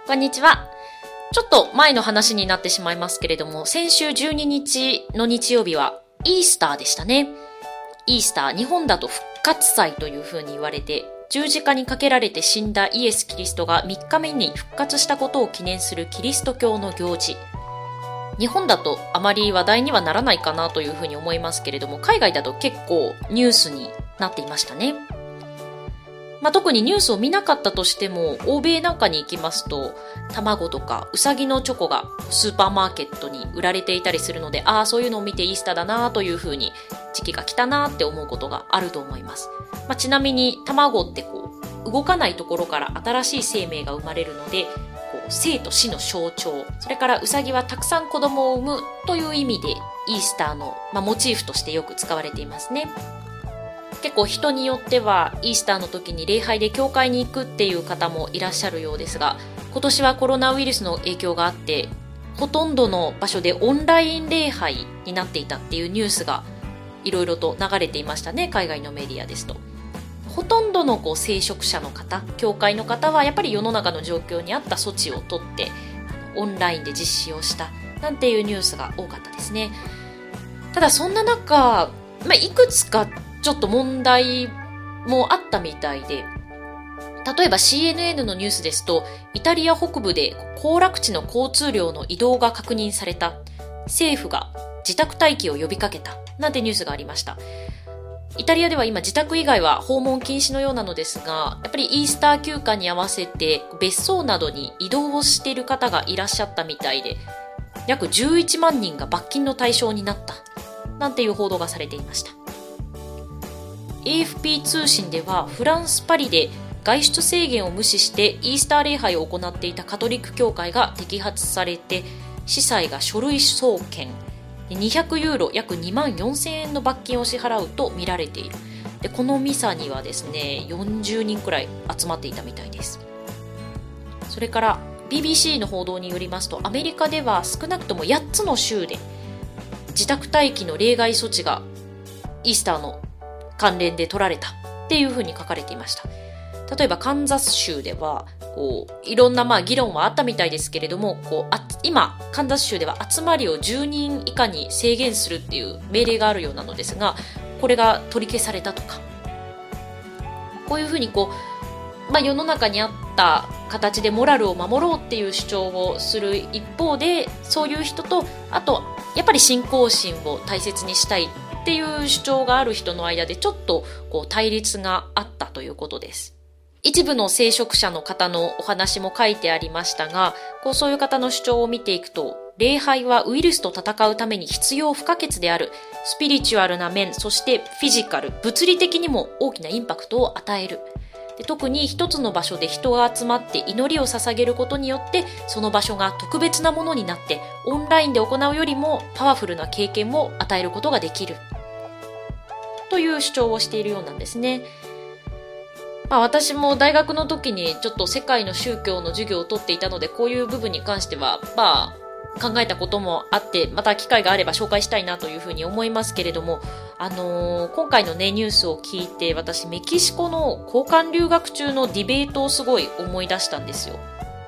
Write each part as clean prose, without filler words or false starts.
こんにちは。ちょっと前の話になってしまいますけれども、先週12日の日曜日はイースターでしたね。イースター、日本だと復活祭という風に言われて、十字架にかけられて死んだイエス・キリストが3日目に復活したことを記念するキリスト教の行事。日本だとあまり話題にはならないかなというふうに思いますけれども、海外だと結構ニュースになっていましたね。特にニュースを見なかったとしても、欧米なんかに行きますと、卵とかウサギのチョコがスーパーマーケットに売られていたりするので、そういうのを見てイースターだなというふうに時期が来たなって思うことがあると思います。ちなみに卵って動かないところから新しい生命が生まれるので、生と死の象徴、それからウサギはたくさん子供を産むという意味でイースターの、モチーフとしてよく使われていますね。結構人によってはイースターの時に礼拝で教会に行くっていう方もいらっしゃるようですが、今年はコロナウイルスの影響があってほとんどの場所でオンライン礼拝になっていたっていうニュースがいろいろと流れていましたね。海外のメディアですとほとんどの聖職者の方、教会の方はやっぱり世の中の状況に合った措置をとってオンラインで実施をしたなんていうニュースが多かったですね。ただそんな中、いくつかちょっと問題もあったみたいで、例えば CNN のニュースですと、イタリア北部で行楽地の交通量の移動が確認された、政府が自宅待機を呼びかけたなんてニュースがありました。イタリアでは今自宅以外は訪問禁止のようなのですが、やっぱりイースター休暇に合わせて別荘などに移動をしている方がいらっしゃったみたいで、約11万人が罰金の対象になったなんていう報道がされていました。AFP 通信ではフランス・パリで外出制限を無視してイースター礼拝を行っていたカトリック教会が摘発されて、司祭が書類送検、200ユーロ約2万4000円の罰金を支払うと見られている。でこのミサにはですね、40人くらい集まっていたみたいです。それから BBC の報道によりますと、アメリカでは少なくとも8つの州で自宅待機の例外措置がイースターの関連で取られたっていうふうに書かれていました。例えばカンザス州ではいろんな議論はあったみたいですけれども、今カンザス州では集まりを10人以下に制限するっていう命令があるようなのですが、これが取り消されたとか、こういうふうに世の中にあった形でモラルを守ろうっていう主張をする一方で、そういう人と、あとやっぱり信仰心を大切にしたいっていう主張がある人の間でちょっと対立があったということです。一部の聖職者の方のお話も書いてありましたが、そういう方の主張を見ていくと、礼拝はウイルスと戦うために必要不可欠である。スピリチュアルな面、そしてフィジカル、物理的にも大きなインパクトを与える。で特に一つの場所で人が集まって祈りを捧げることによって、その場所が特別なものになって、オンラインで行うよりもパワフルな経験を与えることができる。という主張をしているようなんですね。私も大学の時にちょっと世界の宗教の授業を取っていたので、こういう部分に関しては考えたこともあって、また機会があれば紹介したいなというふうに思いますけれども、今回のねニュースを聞いて、私メキシコの交換留学中のディベートをすごい思い出したんですよ。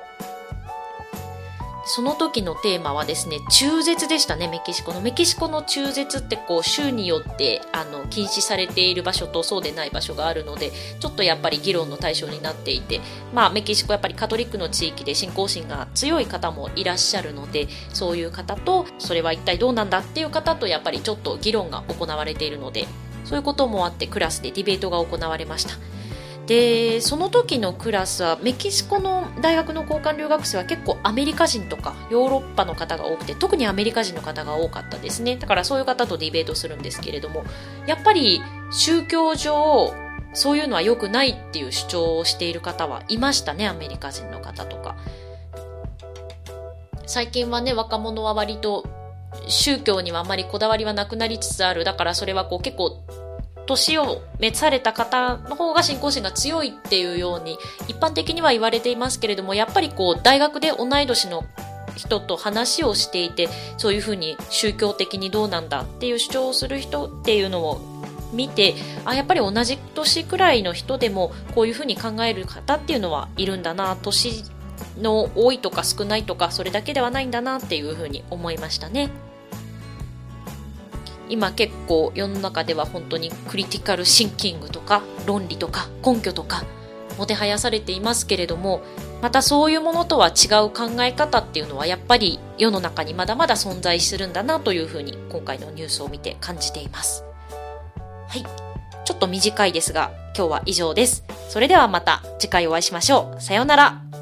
その時のテーマはですね、中絶でしたね。メキシコの中絶って州によって禁止されている場所とそうでない場所があるので、ちょっとやっぱり議論の対象になっていて、メキシコやっぱりカトリックの地域で信仰心が強い方もいらっしゃるので、そういう方とそれは一体どうなんだっていう方とやっぱりちょっと議論が行われているので、そういうこともあってクラスでディベートが行われました。でその時のクラスはメキシコの大学の交換留学生は結構アメリカ人とかヨーロッパの方が多くて、特にアメリカ人の方が多かったですね。だからそういう方とディベートするんですけれども、やっぱり宗教上そういうのは良くないっていう主張をしている方はいましたね。アメリカ人の方とか。最近はね、若者は割と宗教にはあまりこだわりはなくなりつつある。だからそれは結構年を召された方の方が信仰心が強いっていうように一般的には言われていますけれども、やっぱり大学で同い年の人と話をしていて、そういうふうに宗教的にどうなんだっていう主張をする人っていうのを見て、やっぱり同じ年くらいの人でもこういうふうに考える方っていうのはいるんだな、年の多いとか少ないとかそれだけではないんだなっていうふうに思いましたね。今結構世の中では本当にクリティカルシンキングとか論理とか根拠とかもてはやされていますけれども、またそういうものとは違う考え方っていうのはやっぱり世の中にまだまだ存在するんだなというふうに今回のニュースを見て感じています。はい。ちょっと短いですが今日は以上です。それではまた次回お会いしましょう。さようなら。